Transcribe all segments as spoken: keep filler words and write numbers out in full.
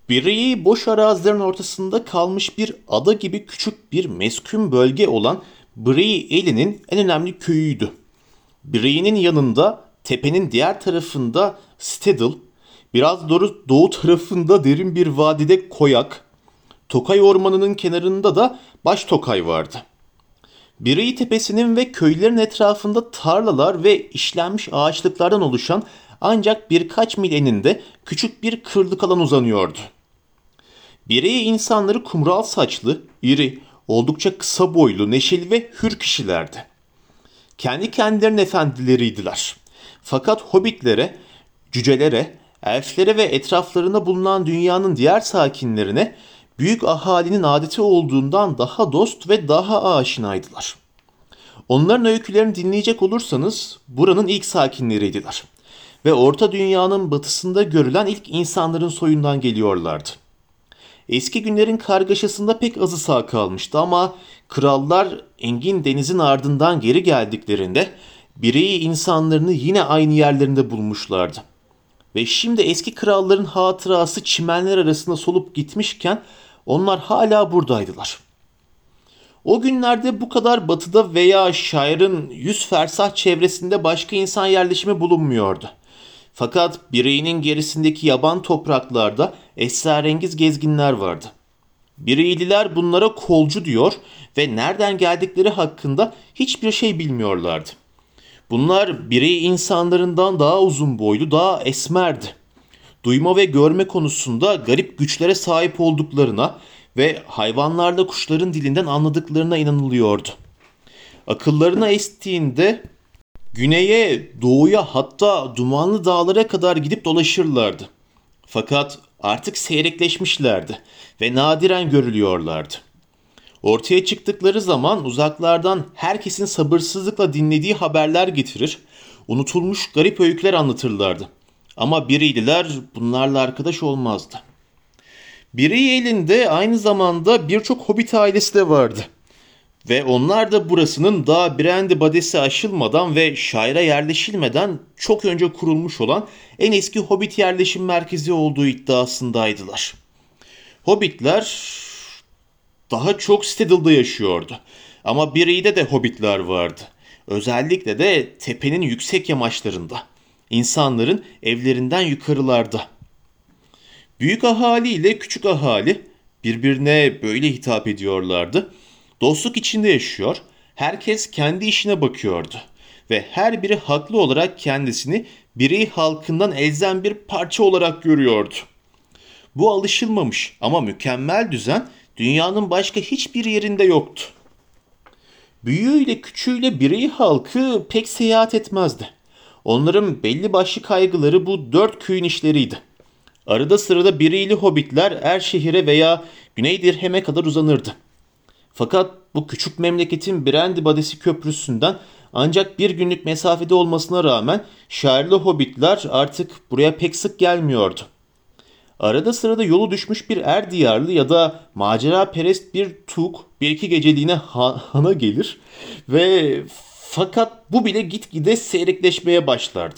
Biri boş arazilerin ortasında kalmış bir ada gibi küçük bir meskun bölge olan Brie Eli'nin en önemli köyüydü. Brie'nin yanında tepenin diğer tarafında Stedel, biraz doğru doğu tarafında derin bir vadide Koyak, Tokay Ormanı'nın kenarında da Baş Tokay vardı. Biri tepesinin ve köylerin etrafında tarlalar ve işlenmiş ağaçlıklardan oluşan ancak birkaç mil eninde küçük bir kırlık alan uzanıyordu. Biri insanları kumral saçlı, iri, oldukça kısa boylu, neşeli ve hür kişilerdi. Kendi kendilerinin efendileriydiler. Fakat hobbitlere, cücelere, elflere ve etraflarında bulunan dünyanın diğer sakinlerine büyük ahalinin adeti olduğundan daha dost ve daha aşinaydılar. Onların öykülerini dinleyecek olursanız buranın ilk sakinleriydiler ve Orta Dünya'nın batısında görülen ilk insanların soyundan geliyorlardı. Eski günlerin kargaşasında pek azı sağ kalmıştı ama krallar engin denizin ardından geri geldiklerinde birey insanlarını yine aynı yerlerinde bulmuşlardı. Ve şimdi eski kralların hatırası çimenler arasında solup gitmişken onlar hala buradaydılar. O günlerde bu kadar batıda veya şairin yüz fersah çevresinde başka insan yerleşimi bulunmuyordu. Fakat bireyinin gerisindeki yaban topraklarda esrarengiz gezginler vardı. Bireyliler bunlara kolcu diyor ve nereden geldikleri hakkında hiçbir şey bilmiyorlardı. Bunlar birey insanlarından daha uzun boylu, daha esmerdi. Duyma ve görme konusunda garip güçlere sahip olduklarına ve hayvanlarla kuşların dilinden anladıklarına inanılıyordu. Akıllarına estiğinde güneye, doğuya hatta dumanlı dağlara kadar gidip dolaşırlardı. Fakat artık seyrekleşmişlerdi ve nadiren görülüyorlardı. Ortaya çıktıkları zaman uzaklardan herkesin sabırsızlıkla dinlediği haberler getirir, unutulmuş garip öyküler anlatırlardı. Ama biriydiler bunlarla arkadaş olmazdı. Biri elinde aynı zamanda birçok hobbit ailesi de vardı. Ve onlar da burasının daha Brandy badesi aşılmadan ve şaira yerleşilmeden çok önce kurulmuş olan en eski hobbit yerleşim merkezi olduğu iddiasındaydılar. Hobbitler daha çok Stedal'da yaşıyordu. Ama Brie'de de hobbitler vardı. Özellikle de tepenin yüksek yamaçlarında. İnsanların evlerinden yukarılarda. Büyük ahali ile küçük ahali birbirine böyle hitap ediyorlardı. Dostluk içinde yaşıyor, herkes kendi işine bakıyordu ve her biri haklı olarak kendisini birey halkından elzem bir parça olarak görüyordu. Bu alışılmamış ama mükemmel düzen dünyanın başka hiçbir yerinde yoktu. Büyüğüyle küçüğüyle birey halkı pek seyahat etmezdi. Onların belli başlı kaygıları bu dört köyün işleriydi. Arada sırada bireyli hobbitler Erşehir'e veya Güney Dirhem'e kadar uzanırdı. Fakat bu küçük memleketin Brandy Badesi köprüsünden ancak bir günlük mesafede olmasına rağmen şairli hobbitler artık buraya pek sık gelmiyordu. Arada sırada yolu düşmüş bir er diyarlı ya da macera perest bir tuk bir iki geceliğine ha- hana gelir ve fakat bu bile gitgide seyrekleşmeye başlardı.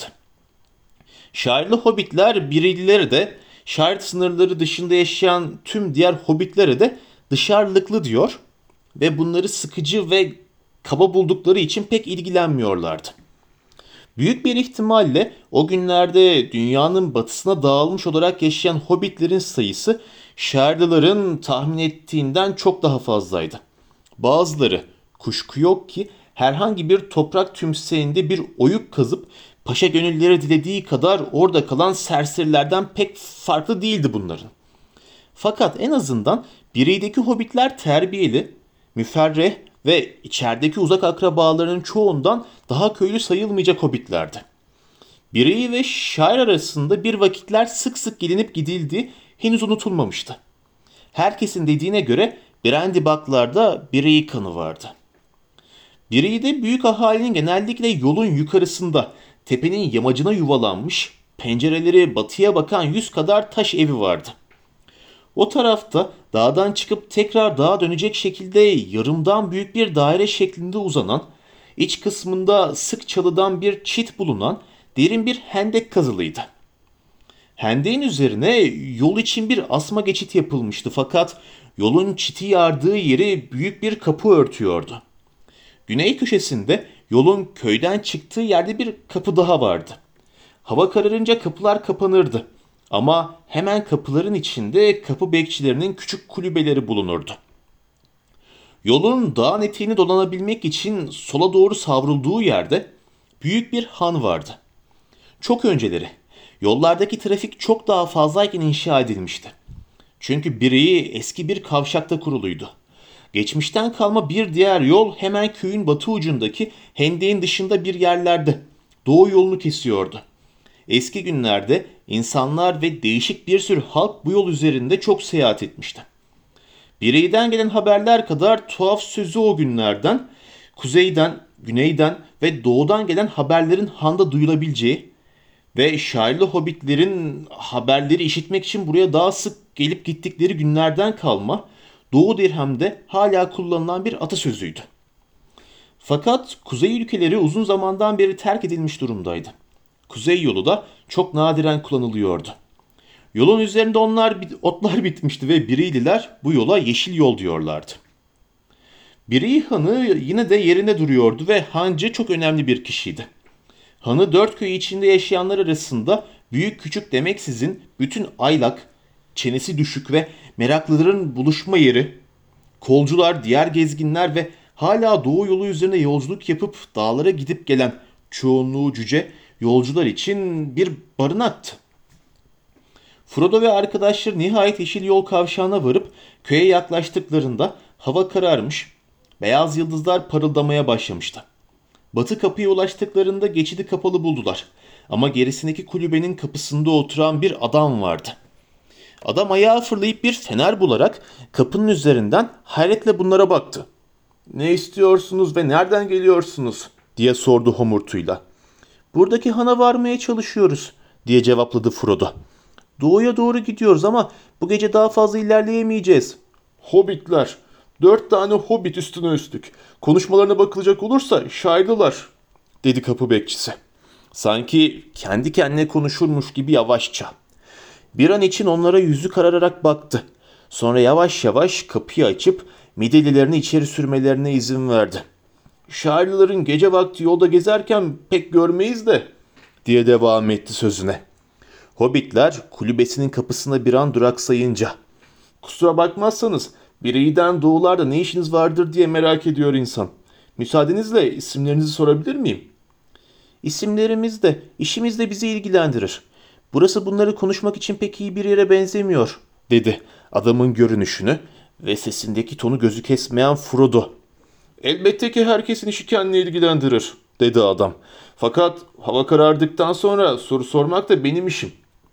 Şairli hobbitler bireylileri de şair sınırları dışında yaşayan tüm diğer hobbitlere de dışarılıklı diyor ve bunları sıkıcı ve kaba buldukları için pek ilgilenmiyorlardı. Büyük bir ihtimalle o günlerde dünyanın batısına dağılmış olarak yaşayan hobbitlerin sayısı Şerdaların tahmin ettiğinden çok daha fazlaydı. Bazıları kuşku yok ki herhangi bir toprak tümseğinde bir oyuk kazıp paşa gönülleri dilediği kadar orada kalan serserilerden pek farklı değildi bunların. Fakat en azından bireydeki hobbitler terbiyeli, müferreh ve içerideki uzak akrabalarının çoğundan daha köylü sayılmayacak hobbitlerdi. Birey ve şair arasında bir vakitler sık sık gelinip gidildiği henüz unutulmamıştı. Herkesin dediğine göre Brandybuck'larda birey kanı vardı. Bireyde büyük ahalinin genellikle yolun yukarısında tepenin yamacına yuvalanmış, pencereleri batıya bakan yüz kadar taş evi vardı. O tarafta dağdan çıkıp tekrar dağa dönecek şekilde yarımdan büyük bir daire şeklinde uzanan, iç kısmında sık çalıdan bir çit bulunan derin bir hendek kazılıydı. Hendeğin üzerine yol için bir asma geçit yapılmıştı fakat yolun çiti yardığı yeri büyük bir kapı örtüyordu. Güney köşesinde yolun köyden çıktığı yerde bir kapı daha vardı. Hava kararınca kapılar kapanırdı ama hemen kapıların içinde kapı bekçilerinin küçük kulübeleri bulunurdu. Yolun dağın eteğini dolanabilmek için sola doğru savrulduğu yerde büyük bir han vardı. Çok önceleri yollardaki trafik çok daha fazlayken inşa edilmişti. Çünkü Bireyi eski bir kavşakta kuruluydu. Geçmişten kalma bir diğer yol hemen köyün batı ucundaki hendeğin dışında bir yerlerde doğu yolunu kesiyordu. Eski günlerde insanlar ve değişik bir sürü halk bu yol üzerinde çok seyahat etmişti. Bireyden gelen haberler kadar tuhaf sözü o günlerden, kuzeyden, güneyden ve doğudan gelen haberlerin handa duyulabileceği ve şairli hobbitlerin haberleri işitmek için buraya daha sık gelip gittikleri günlerden kalma Doğu Dirhem'de hala kullanılan bir atasözüydü. Fakat kuzey ülkeleri uzun zamandan beri terk edilmiş durumdaydı. Kuzey yolu da çok nadiren kullanılıyordu. Yolun üzerinde onlar otlar bitmişti ve Bireyliler bu yola yeşil yol diyorlardı. Birey Hanı yine de yerinde duruyordu ve hancı çok önemli bir kişiydi. Hanı dört köy içinde yaşayanlar arasında büyük küçük demeksizin bütün aylak, çenesi düşük ve meraklıların buluşma yeri, kolcular, diğer gezginler ve hala doğu yolu üzerine yolculuk yapıp dağlara gidip gelen çoğunluğu cüce yolcular için bir barınaktı. Frodo ve arkadaşları nihayet yeşil yol kavşağına varıp köye yaklaştıklarında hava kararmış, beyaz yıldızlar parıldamaya başlamıştı. Batı kapıya ulaştıklarında geçidi kapalı buldular. Ama gerisindeki kulübenin kapısında oturan bir adam vardı. Adam ayağa fırlayıp bir fener bularak kapının üzerinden hayretle bunlara baktı. "Ne istiyorsunuz ve nereden geliyorsunuz?" diye sordu homurtuyla. "Buradaki hana varmaya çalışıyoruz," diye cevapladı Frodo. "Doğuya doğru gidiyoruz ama bu gece daha fazla ilerleyemeyeceğiz." "Hobbitler, dört tane hobbit üstüne üstlük. Konuşmalarına bakılacak olursa şairliler," dedi kapı bekçisi. Sanki kendi kendine konuşurmuş gibi yavaşça. Bir an için onlara yüzü karararak baktı. Sonra yavaş yavaş kapıyı açıp midillilerini içeri sürmelerine izin verdi. "Şairlilerin gece vakti yolda gezerken pek görmeyiz de," diye devam etti sözüne. Hobbitler kulübesinin kapısına bir an duraksayınca, "Kusura bakmazsanız Bireyden doğularda ne işiniz vardır diye merak ediyor insan. Müsaadenizle isimlerinizi sorabilir miyim?" "İsimlerimiz de, işimiz de bizi ilgilendirir. Burası bunları konuşmak için pek iyi bir yere benzemiyor," dedi adamın görünüşünü ve sesindeki tonu gözü kesmeyen Frodo. "Elbette ki herkesin işi kendini ilgilendirir," dedi adam. "Fakat hava karardıktan sonra soru sormak da benim işim."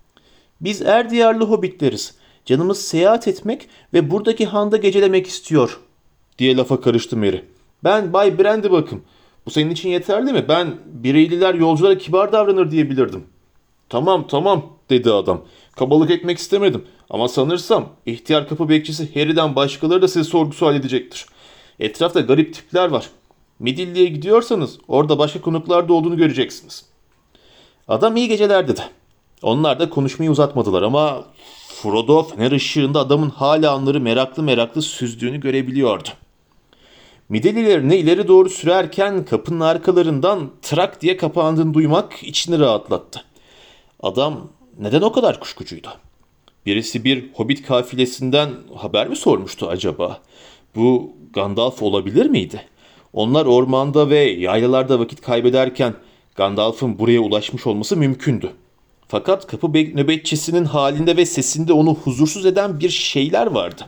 "Biz er diyarlı hobbitleriz. Canımız seyahat etmek ve buradaki handa gecelemek istiyor," diye lafa karıştı Merry. "Ben Bay Brandybuck'ım. Bu senin için yeterli mi? Ben Bireyliler yolculara kibar davranır diye bilirdim." "Tamam tamam," dedi adam. "Kabalık etmek istemedim ama sanırsam ihtiyar kapı bekçisi Harry'den başkaları da sizi sorgu sual edecektir. Etrafta garip tipler var. Midilli'ye gidiyorsanız orada başka konuklar da olduğunu göreceksiniz." Adam iyi geceler dedi. Onlar da konuşmayı uzatmadılar ama Frodo fener ışığında adamın hala onları meraklı meraklı süzdüğünü görebiliyordu. Midillilerini ileri doğru sürerken kapının arkalarından trak diye kapandığını duymak içini rahatlattı. Adam neden o kadar kuşkucuydu? Birisi bir hobbit kafilesinden haber mi sormuştu acaba? Bu Gandalf olabilir miydi? Onlar ormanda ve yaylalarda vakit kaybederken Gandalf'ın buraya ulaşmış olması mümkündü. Fakat kapı nöbetçisinin halinde ve sesinde onu huzursuz eden bir şeyler vardı.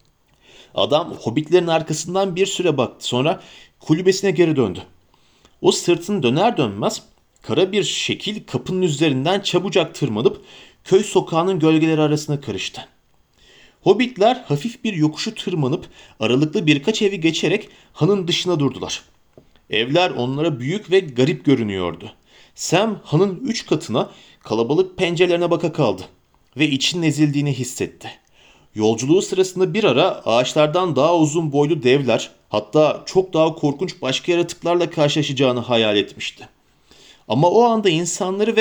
Adam hobbitlerin arkasından bir süre baktı. Sonra kulübesine geri döndü. O sırtını döner dönmez kara bir şekil kapının üzerinden çabucak tırmanıp köy sokağının gölgeleri arasına karıştı. Hobbitler hafif bir yokuşu tırmanıp aralıklı birkaç evi geçerek hanın dışına durdular. Evler onlara büyük ve garip görünüyordu. Sam hanın üç katına kalabalık pencerelerine baka kaldı ve içinin ezildiğini hissetti. Yolculuğu sırasında bir ara ağaçlardan daha uzun boylu devler, hatta çok daha korkunç başka yaratıklarla karşılaşacağını hayal etmişti. Ama o anda insanları ve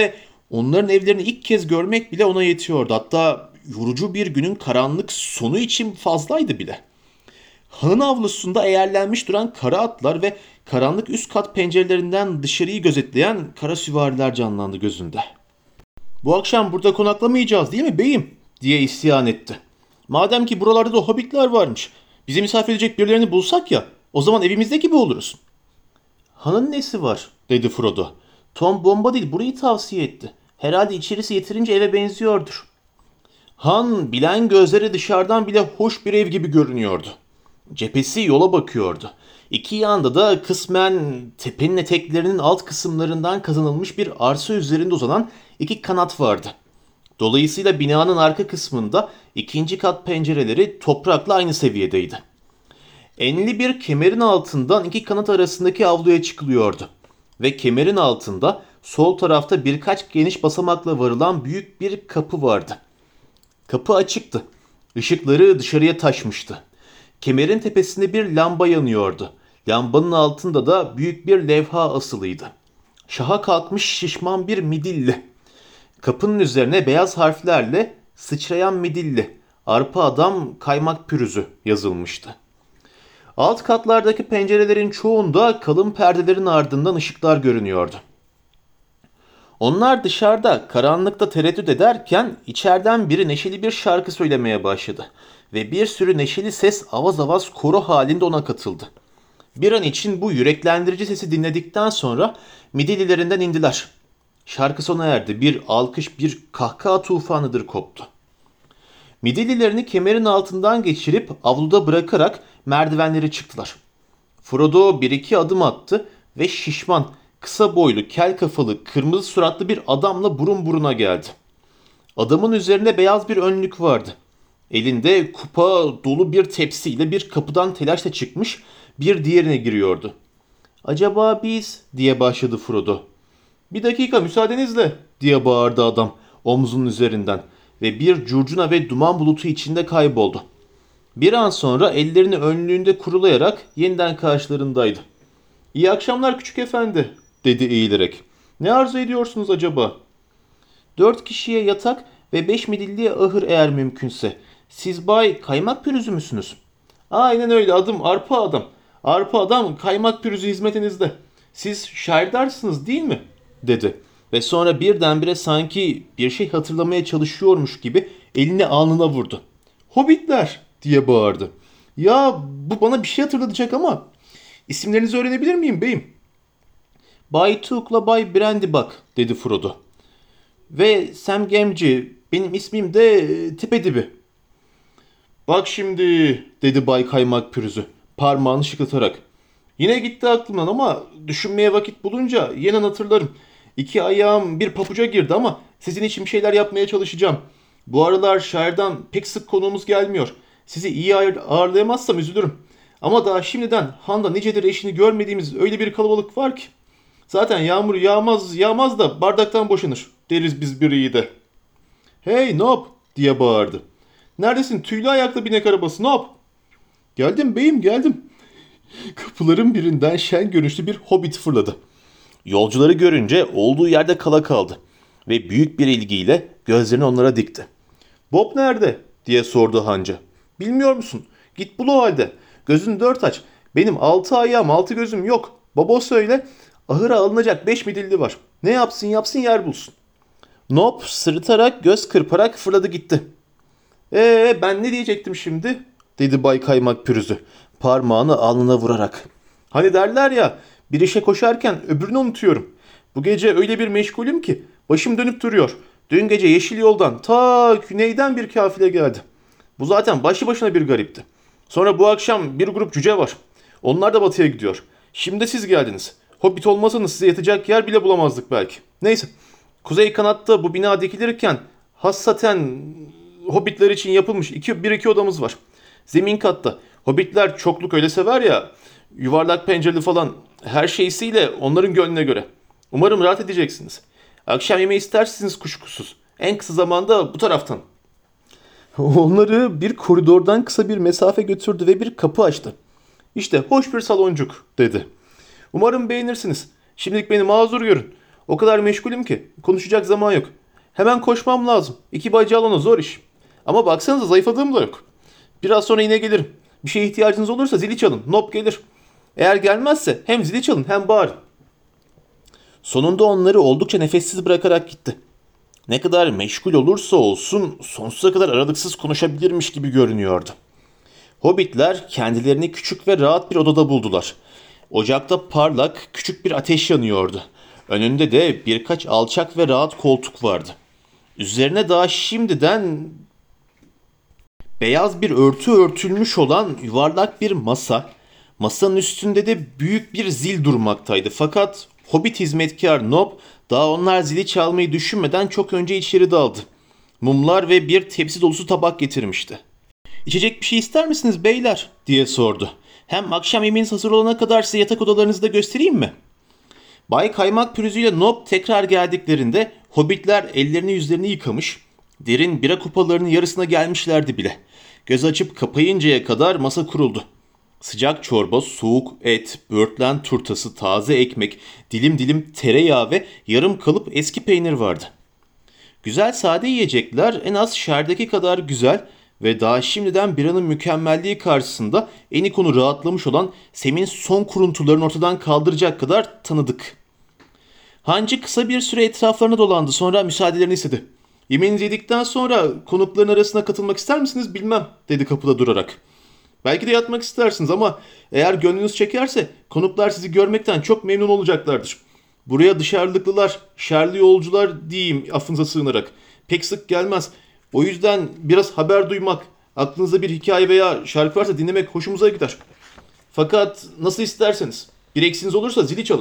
Onların evlerini ilk kez görmek bile ona yetiyordu. Hatta yorucu bir günün karanlık sonu için fazlaydı bile. Hanın avlusunda eğerlenmiş duran kara atlar ve karanlık üst kat pencerelerinden dışarıyı gözetleyen kara süvariler canlandı gözünde. "Bu akşam burada konaklamayacağız değil mi beyim?" diye isyan etti. "Madem ki buralarda da hobbitler varmış. Bizi misafir edecek birilerini bulsak ya, o zaman evimizde gibi oluruz." "Hanın nesi var?" dedi Frodo. "Tom Bombadil burayı tavsiye etti. Herhalde içerisi yeterince eve benziyordur." Han bilen gözleri dışarıdan bile hoş bir ev gibi görünüyordu. Cephesi yola bakıyordu. İki yanda da kısmen tepenin eteklerinin alt kısımlarından kazanılmış bir arsa üzerinde uzanan iki kanat vardı. Dolayısıyla binanın arka kısmında ikinci kat pencereleri toprakla aynı seviyedeydi. Enli bir kemerin altından iki kanat arasındaki avluya çıkılıyordu. Ve kemerin altında sol tarafta birkaç geniş basamakla varılan büyük bir kapı vardı. Kapı açıktı. Işıkları dışarıya taşmıştı. Kemerin tepesinde bir lamba yanıyordu. Lambanın altında da büyük bir levha asılıydı. Şaha kalkmış şişman bir midilli. Kapının üzerine beyaz harflerle "Sıçrayan midilli, arpa adam, kaymak pürüzü" yazılmıştı. Alt katlardaki pencerelerin çoğunda kalın perdelerin ardından ışıklar görünüyordu. Onlar dışarıda karanlıkta tereddüt ederken içeriden biri neşeli bir şarkı söylemeye başladı ve bir sürü neşeli ses avaz avaz koro halinde ona katıldı. Bir an için bu yüreklendirici sesi dinledikten sonra midillilerinden indiler. Şarkı sona erdi. Bir alkış, bir kahkaha tufanıdır koptu. Midillilerini kemerin altından geçirip avluda bırakarak merdivenleri çıktılar. Frodo bir iki adım attı ve şişman, kısa boylu, kel kafalı, kırmızı suratlı bir adamla burun buruna geldi. Adamın üzerinde beyaz bir önlük vardı. Elinde kupa dolu bir tepsiyle bir kapıdan telaşla çıkmış, bir diğerine giriyordu. "Acaba biz?" diye başladı Frodo. "Bir dakika müsaadenizle," diye bağırdı adam omzunun üzerinden ve bir curcuna ve duman bulutu içinde kayboldu. Bir an sonra ellerini önlüğünde kurulayarak yeniden karşılarındaydı. "İyi akşamlar küçük efendi," dedi eğilerek. "Ne arzu ediyorsunuz acaba?" "Dört kişiye yatak ve beş midilliye ahır eğer mümkünse. Siz Bay Kaymak Pürüzü müsünüz?" "Aynen öyle, adım Arpa Adam. Arpa Adam Kaymak Pürüzü hizmetinizde. Siz şairdarsınız değil mi?" dedi. Ve sonra birdenbire sanki bir şey hatırlamaya çalışıyormuş gibi elini alnına vurdu. "Hobbitler!" diye bağırdı. "Ya bu bana bir şey hatırlatacak ama isimlerinizi öğrenebilir miyim beyim?" "Bay Took'la Bay Brandybuck," dedi Frodo. "Ve Sam Gamgee, benim ismim de e, Tepedibi." "Bak şimdi," dedi Bay Kaymak Pürüzü parmağını şıklatarak. "Yine gitti aklımdan ama düşünmeye vakit bulunca yeniden hatırlarım. İki ayağım bir papuca girdi ama sizin için bir şeyler yapmaya çalışacağım. Bu aralar şairden pek sık konuğumuz gelmiyor. Sizi iyi ağırlayamazsam üzülürüm. Ama daha şimdiden Han'da nicedir eşini görmediğimiz öyle bir kalabalık var ki. Zaten yağmur yağmaz yağmaz da bardaktan boşanır deriz biz bir iyi de." "Hey Nob," diye bağırdı. "Neredesin tüylü ayaklı binek arabası Nob?" "Geldim beyim geldim." Kapıların birinden şen görünüşlü bir hobbit fırladı. Yolcuları görünce olduğu yerde kala kaldı ve büyük bir ilgiyle gözlerini onlara dikti. "Bob nerede?" diye sordu Hanca. "Bilmiyor musun? Git bul o halde. Gözünü dört aç. Benim altı ayağım altı gözüm yok. Baba söyle, ahıra alınacak beş midilli var. Ne yapsın yapsın yer bulsun." Nob sırıtarak göz kırparak fırladı gitti. "Ee ben ne diyecektim şimdi?" dedi Bay Kaymak Pürüzü parmağını alnına vurarak. "Hani derler ya, bir işe koşarken öbürünü unutuyorum. Bu gece öyle bir meşgulüm ki başım dönüp duruyor. Dün gece Yeşil Yoldan ta güneyden bir kafile geldi. Bu zaten başlı başına bir garipti. Sonra bu akşam bir grup cüce var. Onlar da batıya gidiyor. Şimdi siz geldiniz. Hobbit olmasanız size yatacak yer bile bulamazdık belki. Neyse. Kuzey kanatta bu bina dikilirken hassaten hobbitler için yapılmış iki, bir iki odamız var. Zemin katta. Hobbitler çokluk öyle sever ya. Yuvarlak pencereli falan, her şeysiyle onların gönlüne göre. Umarım rahat edeceksiniz. Akşam yemeği istersiniz kuşkusuz. En kısa zamanda bu taraftan." Onları bir koridordan kısa bir mesafe götürdü ve bir kapı açtı. "İşte hoş bir saloncuk," dedi. "Umarım beğenirsiniz. Şimdilik beni mazur görün. O kadar meşgulüm ki konuşacak zaman yok. Hemen koşmam lazım. İki bacağı alana zor iş. Ama baksanıza zayıfladığım da yok. Biraz sonra yine gelirim. Bir şeye ihtiyacınız olursa zili çalın. Nop gelir. Eğer gelmezse hem zili çalın hem bağırın. Sonunda onları oldukça nefessiz bırakarak gitti. Ne kadar meşgul olursa olsun sonsuza kadar aralıksız konuşabilirmiş gibi görünüyordu. Hobbitler kendilerini küçük ve rahat bir odada buldular. Ocakta parlak, küçük bir ateş yanıyordu. Önünde de birkaç alçak ve rahat koltuk vardı. Üzerine daha şimdiden beyaz bir örtü örtülmüş olan yuvarlak bir masa, masanın üstünde de büyük bir zil durmaktaydı. Fakat Hobbit hizmetkar Nob daha onlar zili çalmayı düşünmeden çok önce içeri daldı. Mumlar ve bir tepsi dolusu tabak getirmişti. "İçecek bir şey ister misiniz beyler?" diye sordu. "Hem akşam yemeğiniz hazır olana kadar size yatak odalarınızı da göstereyim mi?" Bay Kaymak pürüzüyle Nob tekrar geldiklerinde hobbitler ellerini yüzlerini yıkamış, derin bira kupalarının yarısına gelmişlerdi bile. Göz açıp kapayıncaya kadar masa kuruldu. Sıcak çorba, soğuk et, böğürtlen turtası, taze ekmek, dilim dilim tereyağı ve yarım kalıp eski peynir vardı. Güzel sade yiyecekler en az şerdeki kadar güzel ve daha şimdiden biranın mükemmelliği karşısında Enikon'u rahatlamış olan Sem'in son kuruntularını ortadan kaldıracak kadar tanıdık. Hancı kısa bir süre etraflarına dolandı, sonra müsaadelerini istedi. "Yemeğinizi yedikten sonra konukların arasına katılmak ister misiniz bilmem," dedi kapıda durarak. "Belki de yatmak istersiniz ama eğer gönlünüz çekerse konuklar sizi görmekten çok memnun olacaklardır. Buraya dışarılıklılar, şerli yolcular diyeyim affınıza sığınarak. Pek sık gelmez. O yüzden biraz haber duymak, aklınızda bir hikaye veya şarkı varsa dinlemek hoşumuza gider. Fakat nasıl isterseniz. Bir eksiğiniz olursa zili çalın."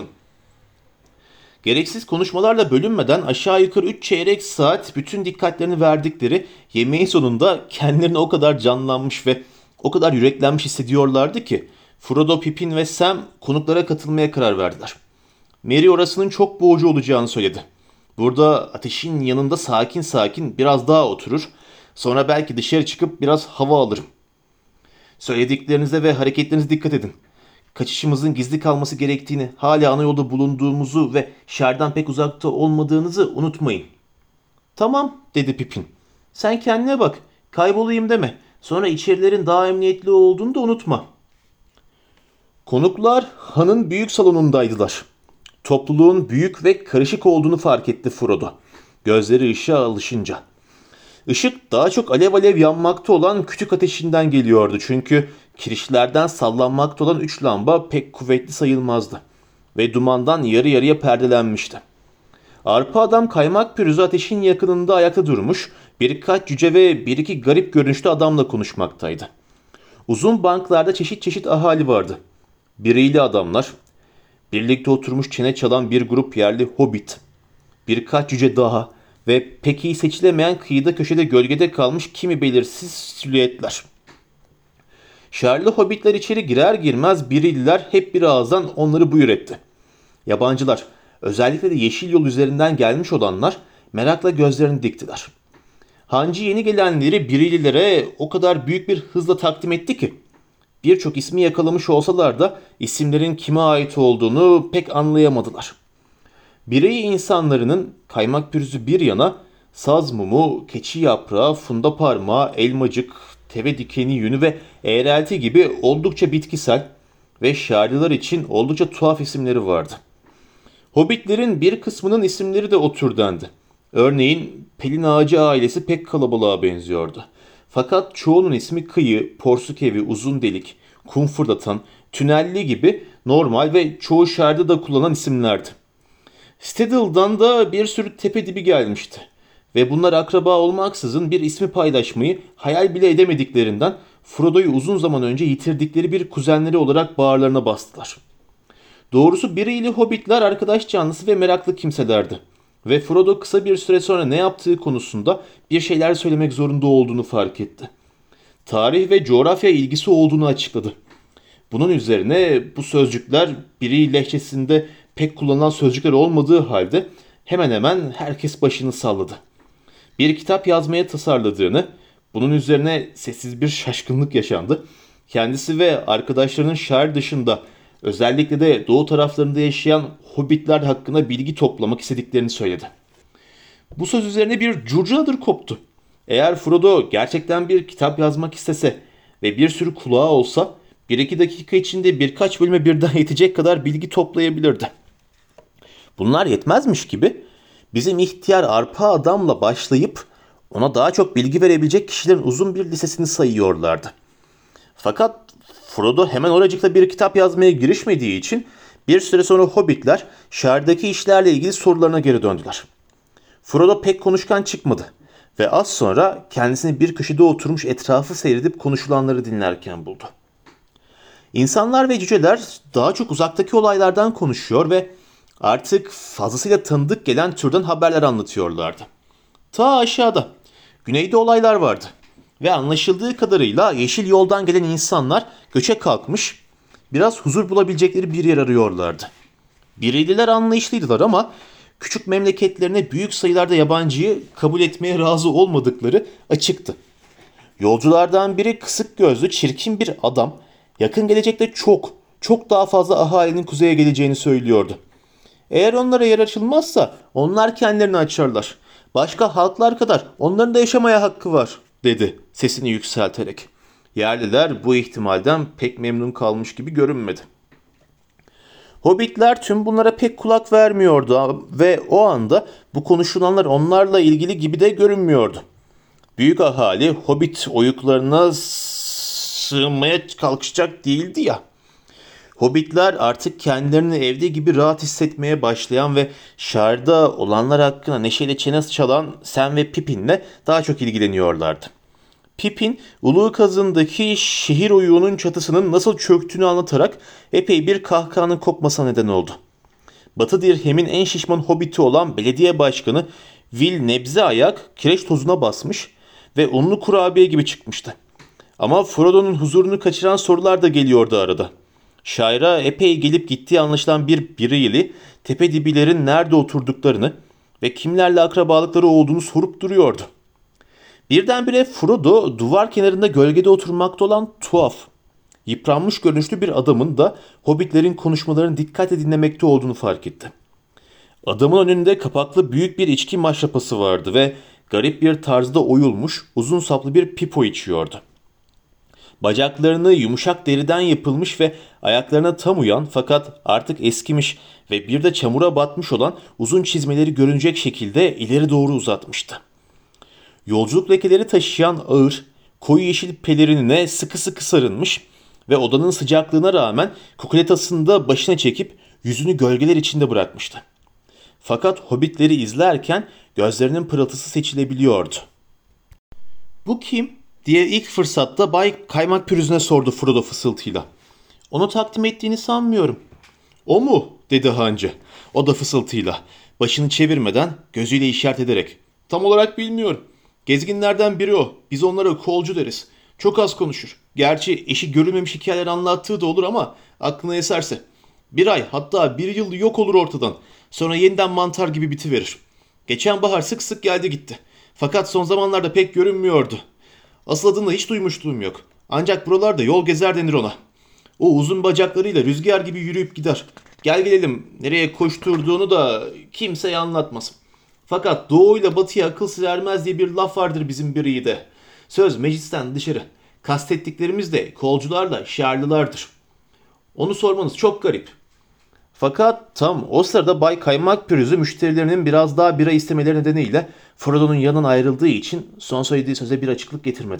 Gereksiz konuşmalarla bölünmeden aşağı yukarı üç çeyrek saat bütün dikkatlerini verdikleri yemeğin sonunda kendilerini o kadar canlanmış ve o kadar yüreklenmiş hissediyorlardı ki Frodo, Pippin ve Sam konuklara katılmaya karar verdiler. Merry orasının çok boğucu olacağını söyledi. Burada ateşin yanında sakin sakin biraz daha oturur, sonra belki dışarı çıkıp biraz hava alırım. Söylediklerinize ve hareketlerinize dikkat edin. Kaçışımızın gizli kalması gerektiğini, hala ana yolda bulunduğumuzu ve şerden pek uzakta olmadığınızı unutmayın. "Tamam," dedi Pippin. "Sen kendine bak, kaybolayım deme. Sonra içerilerin daha emniyetli olduğunu da unutma." Konuklar hanın büyük salonundaydılar. Topluluğun büyük ve karışık olduğunu fark etti Frodo, gözleri ışığa alışınca. Işık daha çok alev alev yanmakta olan küçük ateşinden geliyordu, çünkü kirişlerden sallanmakta olan üç lamba pek kuvvetli sayılmazdı ve dumandan yarı yarıya perdelenmişti. Arpa adam kaymak pürüzü ateşin yakınında ayakta durmuş, birkaç cüce ve bir iki garip görünüşlü adamla konuşmaktaydı. Uzun banklarda çeşit çeşit ahali vardı. Bireyli adamlar, birlikte oturmuş çene çalan bir grup yerli hobbit, birkaç cüce daha ve pek iyi seçilemeyen kıyıda köşede gölgede kalmış kimi belirsiz silüetler. Şerli hobbitler içeri girer girmez bireyliler hep bir ağızdan onları buyur etti. Yabancılar, özellikle de yeşil yol üzerinden gelmiş olanlar merakla gözlerini diktiler. Hancı yeni gelenleri bireylilere o kadar büyük bir hızla takdim etti ki birçok ismi yakalamış olsalar da isimlerin kime ait olduğunu pek anlayamadılar. Birey insanlarının kaymak pürüzü bir yana, saz mumu, keçi yaprağı, funda parmağı, elmacık, teve dikeni yünü ve eğrelti gibi oldukça bitkisel ve şairler için oldukça tuhaf isimleri vardı. Hobbitlerin bir kısmının isimleri de o türdendi. Örneğin Pelin Ağacı ailesi pek kalabalığa benziyordu. Fakat çoğunun ismi Kıyı, Porsuk Evi, Uzun Delik, Kum Fırlatan, Tünelli gibi normal ve çoğu şairde de kullanılan isimlerdi. Stedal'dan da bir sürü tepe dibi gelmişti. Ve bunlar akraba olmaksızın bir ismi paylaşmayı hayal bile edemediklerinden Frodo'yu uzun zaman önce yitirdikleri bir kuzenleri olarak bağırlarına bastılar. Doğrusu bireyli hobbitler arkadaş canlısı ve meraklı kimselerdi. Ve Frodo kısa bir süre sonra ne yaptığı konusunda bir şeyler söylemek zorunda olduğunu fark etti. Tarih ve coğrafya ilgisi olduğunu açıkladı. Bunun üzerine bu sözcükler biri lehçesinde pek kullanılan sözcükler olmadığı halde hemen hemen herkes başını salladı. Bir kitap yazmaya tasarladığını, bunun üzerine sessiz bir şaşkınlık yaşandı. Kendisi ve arkadaşlarının şair dışında Özellikle de doğu taraflarında yaşayan hobbitler hakkında bilgi toplamak istediklerini söyledi. Bu söz üzerine bir curcunadır koptu. Eğer Frodo gerçekten bir kitap yazmak istese ve bir sürü kulağı olsa bir iki dakika içinde birkaç bölüme birden yetecek kadar bilgi toplayabilirdi. Bunlar yetmezmiş gibi bizim ihtiyar arpa adamla başlayıp ona daha çok bilgi verebilecek kişilerin uzun bir listesini sayıyorlardı. Fakat Frodo hemen oracıkta bir kitap yazmaya girişmediği için bir süre sonra hobbitler şehirdeki işlerle ilgili sorularına geri döndüler. Frodo pek konuşkan çıkmadı ve az sonra kendisini bir köşede oturmuş etrafı seyredip konuşulanları dinlerken buldu. İnsanlar ve cüceler daha çok uzaktaki olaylardan konuşuyor ve artık fazlasıyla tanıdık gelen türden haberler anlatıyorlardı. Ta aşağıda, güneyde olaylar vardı ve anlaşıldığı kadarıyla yeşil yoldan gelen insanlar göçe kalkmış, biraz huzur bulabilecekleri bir yer arıyorlardı. Bireyliler anlayışlıydılar ama küçük memleketlerine büyük sayılarda yabancıyı kabul etmeye razı olmadıkları açıktı. Yolculardan biri kısık gözlü, çirkin bir adam, yakın gelecekte çok, çok daha fazla ahalinin kuzeye geleceğini söylüyordu. Eğer onlara yer açılmazsa onlar kendilerini açarlar. Başka halklar kadar onların da yaşamaya hakkı var, dedi sesini yükselterek. Yerliler bu ihtimalden pek memnun kalmış gibi görünmedi. Hobbitler tüm bunlara pek kulak vermiyordu ve o anda bu konuşulanlar onlarla ilgili gibi de görünmüyordu. Büyük ahali hobbit oyuklarına sığmaya kalkışacak değildi ya. Hobbitler artık kendilerini evde gibi rahat hissetmeye başlayan ve şehirde olanlar hakkında neşeyle çene çalan Sam ve Pippin'le daha çok ilgileniyorlardı. Pippin, ulu kazındaki şehir oyuğunun çatısının nasıl çöktüğünü anlatarak epey bir kahkahanın kopmasına neden oldu. Batı Dirhem'in en şişman hobbiti olan belediye başkanı Will Nebze Ayak kireç tozuna basmış ve unlu kurabiye gibi çıkmıştı. Ama Frodo'nun huzurunu kaçıran sorular da geliyordu arada. Şaira epey gelip gittiği anlaşılan bir bireyli tepe dibilerin nerede oturduklarını ve kimlerle akrabalıkları olduğunu sorup duruyordu. Birdenbire Frodo duvar kenarında gölgede oturmakta olan tuhaf, yıpranmış görünüşlü bir adamın da hobbitlerin konuşmalarını dikkatle dinlemekte olduğunu fark etti. Adamın önünde kapaklı büyük bir içki maşrapası vardı ve garip bir tarzda oyulmuş uzun saplı bir pipo içiyordu. Bacaklarını yumuşak deriden yapılmış ve ayaklarına tam uyan fakat artık eskimiş ve bir de çamura batmış olan uzun çizmeleri görünecek şekilde ileri doğru uzatmıştı. Yolculuk lekeleri taşıyan ağır, koyu yeşil pelerinine sıkı sıkı sarılmış ve odanın sıcaklığına rağmen kukuletasını da başına çekip yüzünü gölgeler içinde bırakmıştı. Fakat hobbitleri izlerken gözlerinin pırıltısı seçilebiliyordu. "Bu kim?" diye ilk fırsatta Bay Kaymak Pürüzü'ne sordu Frodo fısıltıyla. "Onu takdim ettiğini sanmıyorum." "O mu?" dedi hancı. O da fısıltıyla, başını çevirmeden gözüyle işaret ederek. "Tam olarak bilmiyorum. Gezginlerden biri o. Biz onlara kolcu deriz. Çok az konuşur. Gerçi eşi görülmemiş hikayeler anlattığı da olur ama aklına eserse. Bir ay hatta bir yıl yok olur ortadan. Sonra yeniden mantar gibi bitiverir. Geçen bahar sık sık geldi gitti. Fakat son zamanlarda pek görünmüyordu. Asıl adını hiç duymuşluğum yok. Ancak buralarda yol gezer denir ona. O uzun bacaklarıyla rüzgar gibi yürüyüp gider. Gel gelelim nereye koşturduğunu da kimseye anlatmaz. Fakat doğuyla batıya akıl sır ermez diye bir laf vardır bizim biriyi de. Söz meclisten dışarı. Kastettiklerimiz de kolcularla şerlilardır. Onu sormanız çok garip." Fakat tam o sırada Bay Kaymak Pürüzü müşterilerinin biraz daha bira istemeleri nedeniyle Frodo'nun yanından ayrıldığı için son söylediği söze bir açıklık getirmedi.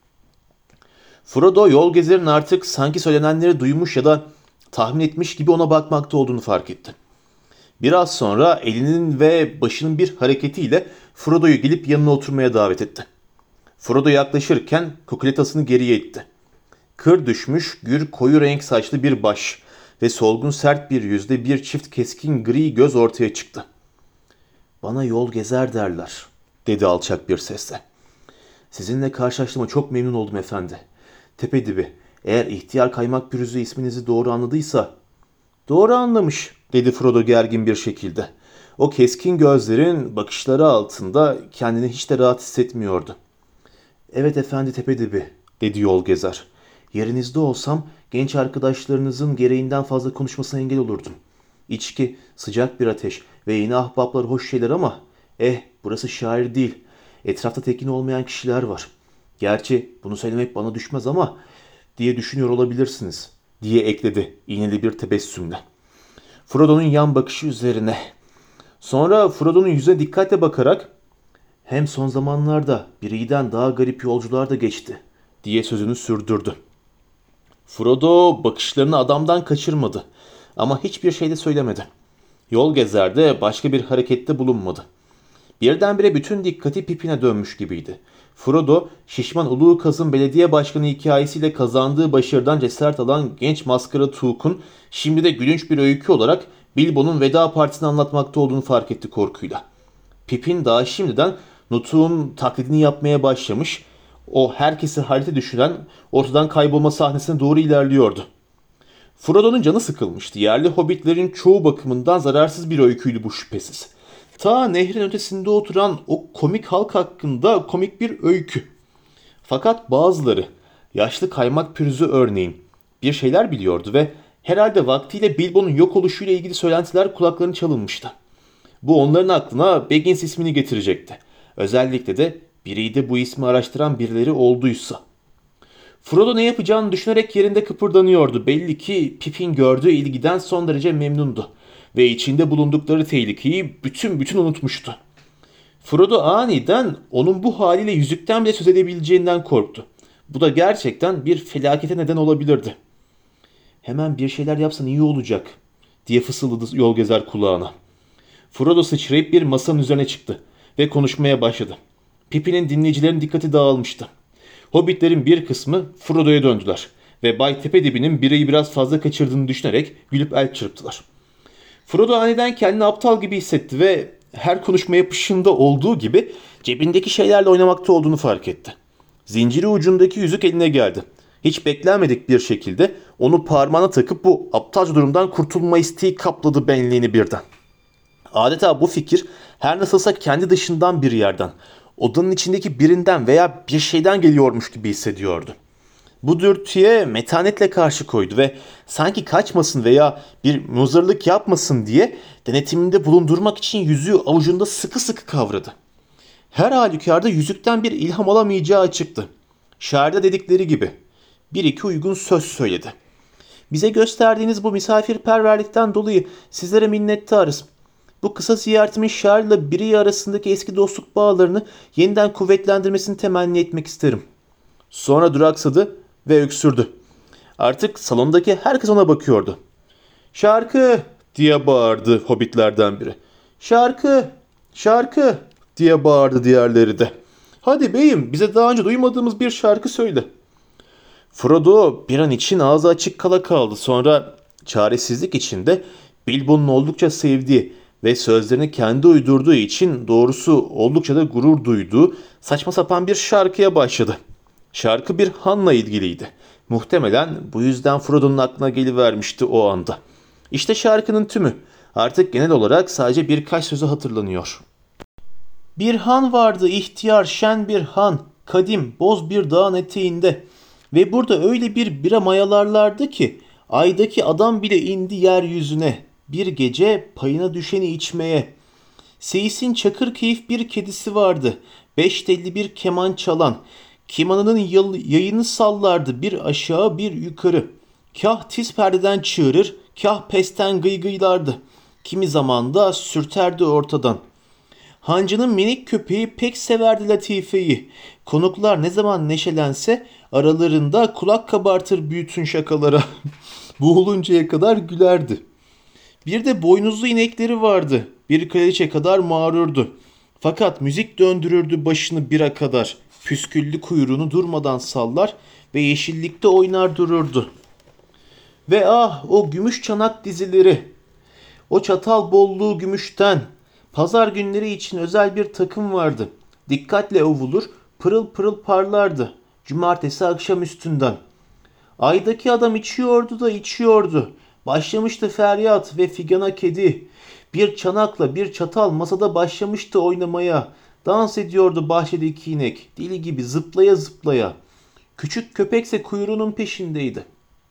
Frodo yol gezerin artık sanki söylenenleri duymuş ya da tahmin etmiş gibi ona bakmakta olduğunu fark etti. Biraz sonra elinin ve başının bir hareketiyle Frodo'yu gelip yanına oturmaya davet etti. Frodo yaklaşırken kukuletasını geriye itti. Kır düşmüş, gür koyu renk saçlı bir baş ve solgun sert bir yüzde bir çift keskin gri göz ortaya çıktı. "Bana yol gezer derler," dedi alçak bir sesle. "Sizinle karşılaştığıma çok memnun oldum efendi. Tepedibi, eğer ihtiyar Kaymak Pürüzü isminizi doğru anladıysa..." "Doğru anlamış," dedi Frodo gergin bir şekilde. O keskin gözlerin bakışları altında kendini hiç de rahat hissetmiyordu. "Evet efendi Tepedibi," dedi yol gezer. Yerinizde olsam genç arkadaşlarınızın gereğinden fazla konuşmasına engel olurdum. İçki, sıcak bir ateş ve yeni ahbaplar hoş şeyler ama eh burası şair değil. Etrafta tekin olmayan kişiler var. Gerçi bunu söylemek bana düşmez ama diye düşünüyor olabilirsiniz diye ekledi iğneli bir tebessümle. Frodo'nun yan bakışı üzerine. Sonra Frodo'nun yüzüne dikkatle bakarak hem son zamanlarda biriden daha garip yolcular da geçti diye sözünü sürdürdü. Frodo bakışlarını adamdan kaçırmadı ama hiçbir şey de söylemedi. Yol gezerde başka bir harekette bulunmadı. Birdenbire bütün dikkati Pippin'e dönmüş gibiydi. Frodo, şişman Uluğukaz'ın belediye başkanı hikayesiyle kazandığı başarıdan cesaret alan genç maskara Tuğk'un şimdi de gülünç bir öykü olarak Bilbo'nun veda partisini anlatmakta olduğunu fark etti korkuyla. Pippin daha şimdiden Nutuk'un taklidini yapmaya başlamış, o herkesi hayrete düşüren ortadan kaybolma sahnesine doğru ilerliyordu. Frodo'nun canı sıkılmıştı. Yerli hobbitlerin çoğu bakımından zararsız bir öyküydü bu şüphesiz. Ta nehrin ötesinde oturan o komik halk hakkında komik bir öykü. Fakat bazıları, yaşlı kaymak pürüzü örneğin, bir şeyler biliyordu ve herhalde vaktiyle Bilbo'nun yok oluşuyla ilgili söylentiler kulaklarını çalınmıştı. Bu onların aklına Baggins ismini getirecekti. Özellikle de biri de bu ismi araştıran birileri olduysa. Frodo ne yapacağını düşünerek yerinde kıpırdanıyordu. Belli ki Pippin gördüğü ilgiden son derece memnundu. Ve içinde bulundukları tehlikeyi bütün bütün unutmuştu. Frodo aniden onun bu haliyle yüzükten bile söz edebileceğinden korktu. Bu da gerçekten bir felakete neden olabilirdi. Hemen bir şeyler yapsan iyi olacak diye fısıldadı yol gezer kulağına. Frodo sıçrayıp bir masanın üzerine çıktı ve konuşmaya başladı. Pippin'in dinleyicilerin dikkati dağılmıştı. Hobbitlerin bir kısmı Frodo'ya döndüler ve Bay Tepedibi'nin bireyi biraz fazla kaçırdığını düşünerek gülüp el çırptılar. Frodo aniden kendini aptal gibi hissetti ve her konuşma yapışında olduğu gibi cebindeki şeylerle oynamakta olduğunu fark etti. Zinciri ucundaki yüzük eline geldi. Hiç beklenmedik bir şekilde onu parmağına takıp bu aptalca durumdan kurtulma isteği kapladı benliğini birden. Adeta bu fikir her nasılsa kendi dışından bir yerden, odanın içindeki birinden veya bir şeyden geliyormuş gibi hissediyordu. Bu dürtüye metanetle karşı koydu ve sanki kaçmasın veya bir muzırlık yapmasın diye denetiminde bulundurmak için yüzüğü avucunda sıkı sıkı kavradı. Her halükarda yüzükten bir ilham alamayacağı açıktı. Şairde dedikleri gibi bir iki uygun söz söyledi. Bize gösterdiğiniz bu misafirperverlikten dolayı sizlere minnettarız. Bu kısa ziyaretimin şairle biri arasındaki eski dostluk bağlarını yeniden kuvvetlendirmesini temenni etmek isterim. Sonra duraksadı ve öksürdü. Artık salondaki herkes ona bakıyordu. "Şarkı!" diye bağırdı hobbitlerden biri. "Şarkı! Şarkı!" diye bağırdı diğerleri de. "Hadi beyim, bize daha önce duymadığımız bir şarkı söyle." Frodo bir an için ağzı açık kala kaldı. Sonra çaresizlik içinde Bilbo'nun oldukça sevdiği ve sözlerini kendi uydurduğu için doğrusu oldukça da gurur duyduğu saçma sapan bir şarkıya başladı. Şarkı bir hanla ilgiliydi. Muhtemelen bu yüzden Frodo'nun aklına gelivermişti o anda. İşte şarkının tümü. Artık genel olarak sadece birkaç sözü hatırlanıyor. Bir han vardı, ihtiyar şen bir han, kadim boz bir dağın eteğinde. Ve burada öyle bir bira mayalarlardı ki aydaki adam bile indi yeryüzüne. Bir gece payına düşeni içmeye. Seyis'in çakır keyif bir kedisi vardı. Beş telli bir keman çalan. Kemanının yayını sallardı bir aşağı bir yukarı. Kah tiz perdeden çığırır, kah pesten gıygıylardı. Kimi zaman da sürterdi ortadan. Hancının minik köpeği pek severdi latifeyi. Konuklar ne zaman neşelense aralarında kulak kabartır bütün şakalara. Boğuluncaya kadar gülerdi. Bir de boynuzlu inekleri vardı. Bir kraliçe kadar mağrurdu. Fakat müzik döndürürdü başını bira kadar. Püsküllü kuyruğunu durmadan sallar ve yeşillikte oynar dururdu. Ve ah o gümüş çanak dizileri. O çatal bolluğu gümüşten. Pazar günleri için özel bir takım vardı. Dikkatle ovulur, pırıl pırıl parlardı. Cumartesi akşam üstünden. Aydaki adam içiyordu da içiyordu. Başlamıştı feryat ve figana kedi. Bir çanakla bir çatal masada başlamıştı oynamaya. Dans ediyordu bahçedeki inek. Deli gibi zıplaya zıplaya. Küçük köpekse kuyruğunun peşindeydi.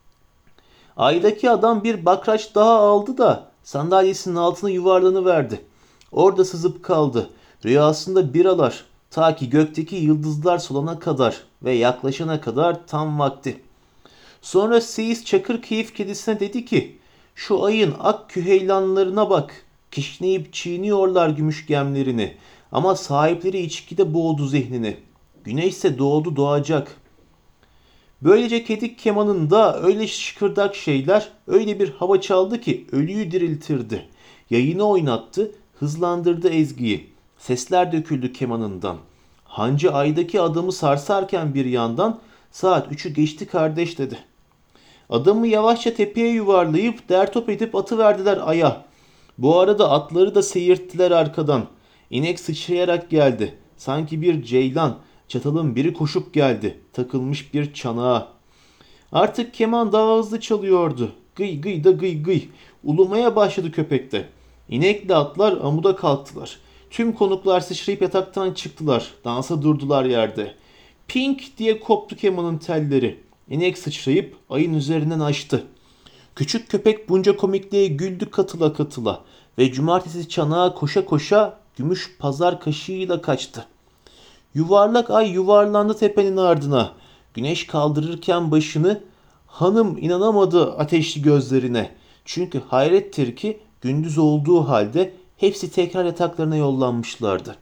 Aydaki adam bir bakraç daha aldı da sandalyesinin altına yuvarlanıverdi. Orada sızıp kaldı. Rüyasında biralar ta ki gökteki yıldızlar solana kadar ve yaklaşana kadar tam vakti. Sonra Seyis Çakırkeyif kedisine dedi ki, şu ayın ak küheylanlarına bak. Kişneyip çiğniyorlar gümüş gemlerini. Ama sahipleri içkide boğdu zihnini. Güneşse doğdu doğacak. Böylece kedik kemanında öyle şıkırdak şeyler, öyle bir hava çaldı ki ölüyü diriltirdi. Yayını oynattı, hızlandırdı ezgiyi. Sesler döküldü kemanından. Hancı aydaki adamı sarsarken bir yandan saat üçü geçti kardeş dedi. Adamı yavaşça tepeye yuvarlayıp dertop edip atıverdiler aya. Bu arada atları da seyirttiler arkadan. İnek sıçrayarak geldi. Sanki bir ceylan. Çatalın biri koşup geldi. Takılmış bir çanağa. Artık keman daha hızlı çalıyordu. Gıy gıy da gıy gıy. Ulumaya başladı köpekte. İnekle atlar amuda kalktılar. Tüm konuklar sıçrayıp yataktan çıktılar. Dansa durdular yerde. Pink diye koptu kemanın telleri. İnek sıçrayıp ayın üzerinden açtı. Küçük köpek bunca komikliğe güldü katıla katıla ve cumartesi çanağa koşa koşa gümüş pazar kaşığıyla kaçtı. Yuvarlak ay yuvarlandı tepenin ardına. Güneş kaldırırken başını hanım inanamadı ateşli gözlerine. Çünkü hayrettir ki gündüz olduğu halde hepsi tekrar yataklarına yollanmışlardı.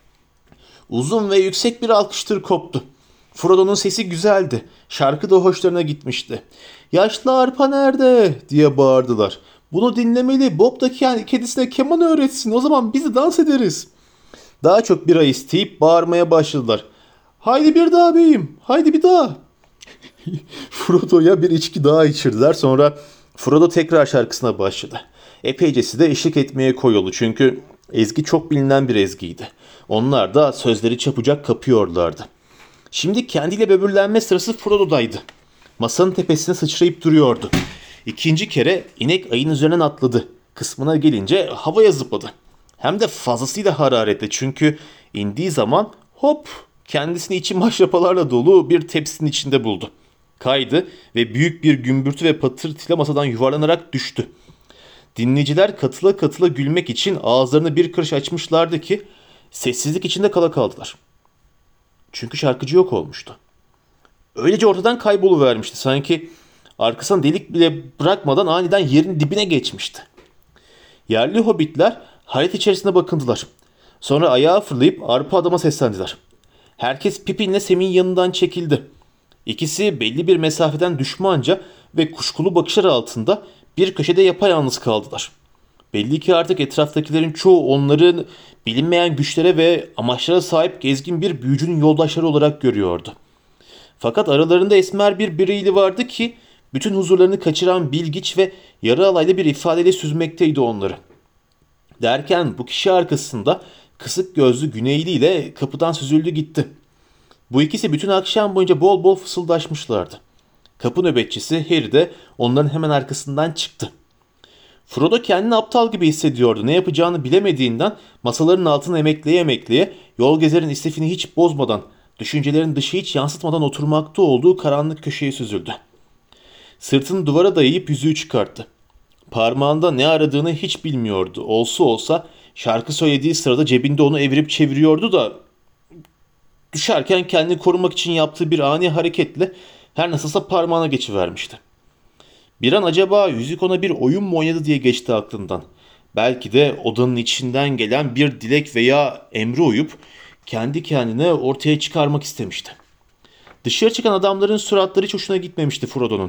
Uzun ve yüksek bir alkıştır koptu. Frodo'nun sesi güzeldi. Şarkı da hoşlarına gitmişti. Yaşlı arpa nerede diye bağırdılar. Bunu dinlemeli. Bob da kedisine keman öğretsin. O zaman biz de dans ederiz. Daha çok bira isteyip bağırmaya başladılar. Haydi bir daha beyim. Haydi bir daha. Frodo'ya bir içki daha içirdiler. Sonra Frodo tekrar şarkısına başladı. Epeycesi de eşlik etmeye koyuldu. Çünkü ezgi çok bilinen bir ezgiydi. Onlar da sözleri çabucak kapıyorlardı. Şimdi kendiyle böbürlenme sırası Frodo'daydı. Masanın tepesine sıçrayıp duruyordu. İkinci kere inek ayın üzerinden atladı. Kısmına gelince havaya zıpladı. Hem de fazlasıyla hararetli çünkü indiği zaman hop kendisini içi maşrapalarla dolu bir tepsinin içinde buldu. Kaydı ve büyük bir gümbürtü ve patırtıyla masadan yuvarlanarak düştü. Dinleyiciler katıla katıla gülmek için ağızlarını bir karış açmışlardı ki sessizlik içinde kala kaldılar. Çünkü şarkıcı yok olmuştu. Öylece ortadan kayboluvermişti. Sanki arkasına delik bile bırakmadan aniden yerin dibine geçmişti. Yerli hobbitler hayret içerisinde bakındılar. Sonra ayağa fırlayıp arpa adama seslendiler. Herkes Pippin'le Sam'in yanından çekildi. İkisi belli bir mesafeden düşmanca ve kuşkulu bakışlar altında bir köşede yapayalnız kaldılar. Belli ki artık etraftakilerin çoğu onların bilinmeyen güçlere ve amaçlara sahip gezgin bir büyücünün yoldaşları olarak görüyordu. Fakat aralarında esmer bir bireyli vardı ki bütün huzurlarını kaçıran bilgiç ve yarı alaylı bir ifadeyle süzmekteydi onları. Derken bu kişi arkasında kısık gözlü Güneyli ile kapıdan süzüldü gitti. Bu ikisi bütün akşam boyunca bol bol fısıldaşmışlardı. Kapı nöbetçisi Harry de onların hemen arkasından çıktı. Frodo kendini aptal gibi hissediyordu. Ne yapacağını bilemediğinden masaların altına emekleye emekleye yol gezerin istifini hiç bozmadan, düşüncelerin dışı hiç yansıtmadan oturmakta olduğu karanlık köşeye süzüldü. Sırtını duvara dayayıp yüzüğü çıkarttı. Parmağında ne aradığını hiç bilmiyordu. Olsa olsa şarkı söylediği sırada cebinde onu evirip çeviriyordu da düşerken kendini korumak için yaptığı bir ani hareketle her nasılsa parmağına geçivermişti. Bir an acaba yüzük ona bir oyun mu oynadı diye geçti aklından. Belki de odanın içinden gelen bir dilek veya emre uyup kendi kendine ortaya çıkarmak istemişti. Dışarı çıkan adamların suratları hiç hoşuna gitmemişti Frodo'nun.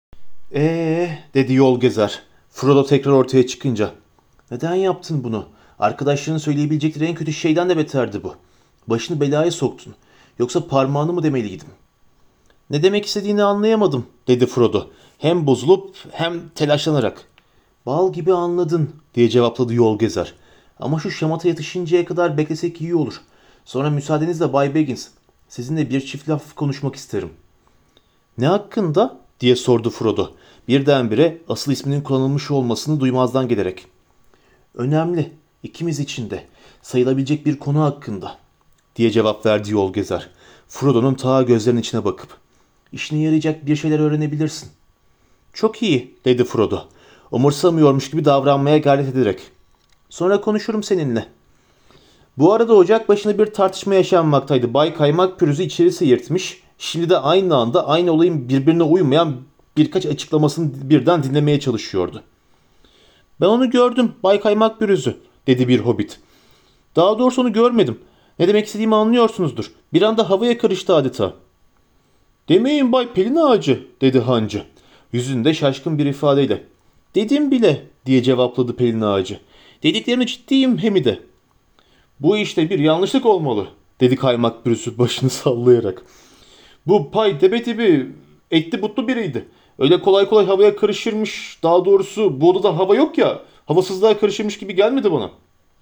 Eee dedi yol gezer. Frodo tekrar ortaya çıkınca. Neden yaptın bunu? Arkadaşların söyleyebilecekleri en kötü şeyden de beterdi bu. Başını belaya soktun. Yoksa parmağını mı demeliydim? Ne demek istediğini anlayamadım dedi Frodo. Hem bozulup hem telaşlanarak. Bal gibi anladın diye cevapladı yol gezer. Ama şu şamata yatışıncaya kadar beklesek iyi olur. Sonra müsaadenizle Bay Baggins, sizinle bir çift laf konuşmak isterim. Ne hakkında diye sordu Frodo. Birdenbire asıl isminin kullanılmış olmasını duymazdan gelerek. Önemli, ikimiz için de sayılabilecek bir konu hakkında diye cevap verdi yol gezer. Frodo'nun ta gözlerinin içine bakıp. İşine yarayacak bir şeyler öğrenebilirsin. Çok iyi, dedi Frodo. Umursamıyormuş gibi davranmaya gayret ederek. Sonra konuşurum seninle. Bu arada ocak başında bir tartışma yaşanmaktaydı. Bay Kaymak pürüzü içeri seyirtmiş. Şimdi de aynı anda aynı olayın birbirine uymayan birkaç açıklamasını birden dinlemeye çalışıyordu. Ben onu gördüm, Bay Kaymak pürüzü, dedi bir hobbit. Daha doğrusu onu görmedim. Ne demek istediğimi anlıyorsunuzdur. Bir anda havaya karıştı adeta. Demeyin Bay Pelin Ağacı, dedi hancı. Yüzünde şaşkın bir ifadeyle. Dedim bile, diye cevapladı Pelin Ağacı. Dediklerini ciddiyim hem de. Bu işte bir yanlışlık olmalı, dedi Kaymak pürüzü başını sallayarak. Bu pay debetibi etli butlu biriydi. Öyle kolay kolay havaya karışırmış. Daha doğrusu bu odada hava yok ya. Havasızlığa karışırmış gibi gelmedi bana.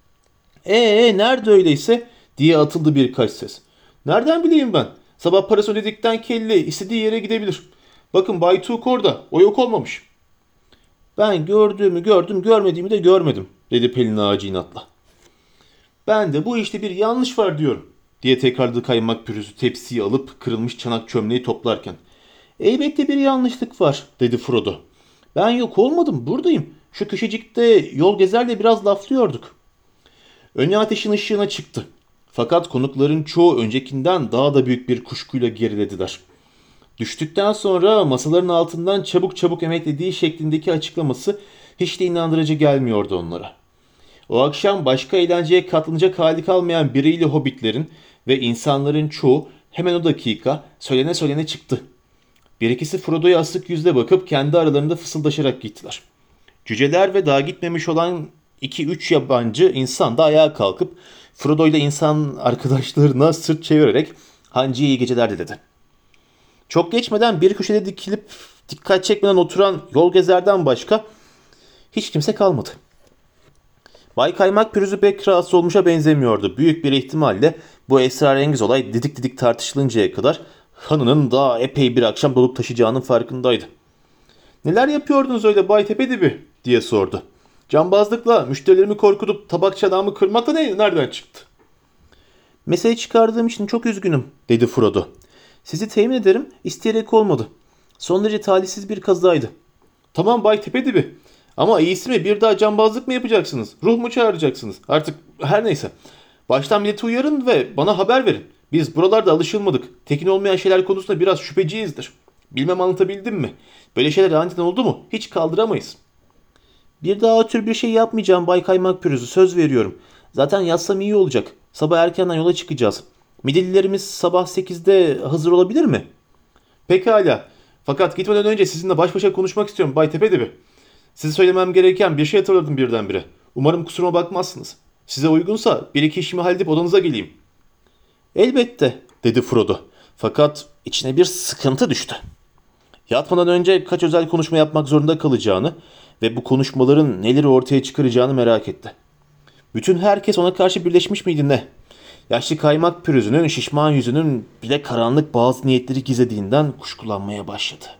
Ee nerede öyleyse? Diye atıldı birkaç ses. Nereden bileyim ben? Sabah parası ödedikten kelle istediği yere gidebilir. Bakın Bay Tuğ orada. O yok olmamış. Ben gördüğümü gördüm, görmediğimi de görmedim, dedi Pelin Ağacı inatla. Ben de bu işte bir yanlış var diyorum, diye tekrarladı Kaymak pürüzü tepsiyi alıp kırılmış çanak çömleği toplarken. Elbette bir yanlışlık var, dedi Frodo. Ben yok olmadım, buradayım. Şu köşecikte yol gezerle biraz laflıyorduk. Önü ateşin ışığına çıktı. Fakat konukların çoğu öncekinden daha da büyük bir kuşkuyla gerilediler. Düştükten sonra masaların altından çabuk çabuk emeklediği şeklindeki açıklaması hiç de inandırıcı gelmiyordu onlara. O akşam başka eğlenceye katlanacak hali kalmayan biriyle hobbitlerin ve insanların çoğu hemen o dakika söylene söylene çıktı. Bir ikisi Frodo'ya asık yüzle bakıp kendi aralarında fısıldaşarak gittiler. Cüceler ve daha gitmemiş olan iki üç yabancı insan da ayağa kalkıp Frodo ile insan arkadaşlarına sırt çevirerek hancıya iyi geceler diledi. Çok geçmeden bir köşede dikilip dikkat çekmeden oturan yol gezerden başka hiç kimse kalmadı. Bay Kaymak pürüzü pek rahatsız olmuşa benzemiyordu. Büyük bir ihtimalle bu esrarengiz olay didik didik tartışılıncaya kadar hanının daha epey bir akşam dolup taşıyacağının farkındaydı. Neler yapıyordunuz öyle Bay Tepedibi, diye sordu. Cambazlıkla müşterilerimi korkutup tabak çanağımı kırmakla ne, nereden çıktı? Mesele çıkardığım için çok üzgünüm, dedi Frodo. Sizi temin ederim, isteyerek olmadı. Son derece talihsiz bir kazaydı. Tamam Bay Tepedibi. Ama iyisi mi, bir daha cambazlık mı yapacaksınız? Ruh mu çağıracaksınız? Artık her neyse. Baştan milleti uyarın ve bana haber verin. Biz buralarda alışılmadık. Tekin olmayan şeyler konusunda biraz şüpheciyizdir. Bilmem anlatabildim mi? Böyle şeyler aniden oldu mu hiç kaldıramayız. Bir daha o tür bir şey yapmayacağım Bay Kaymak pürüzü, söz veriyorum. Zaten yatsam iyi olacak. Sabah erkenden yola çıkacağız. Midillilerimiz sabah sekizde hazır olabilir mi? Pekala. Fakat gitmeden önce sizinle baş başa konuşmak istiyorum Bay Tepedibi. Size söylemem gereken bir şey hatırladım birdenbire. Umarım kusuruma bakmazsınız. Size uygunsa bir iki işimi halledip odanıza geleyim. Elbette, dedi Frodo. Fakat içine bir sıkıntı düştü. Yatmadan önce kaç özel konuşma yapmak zorunda kalacağını ve bu konuşmaların neleri ortaya çıkaracağını merak etti. Bütün herkes ona karşı birleşmiş miydi ne? Yaşlı Kaymak pürüzünün şişman yüzünün bile karanlık bazı niyetleri gizlediğinden kuşkulanmaya başladı.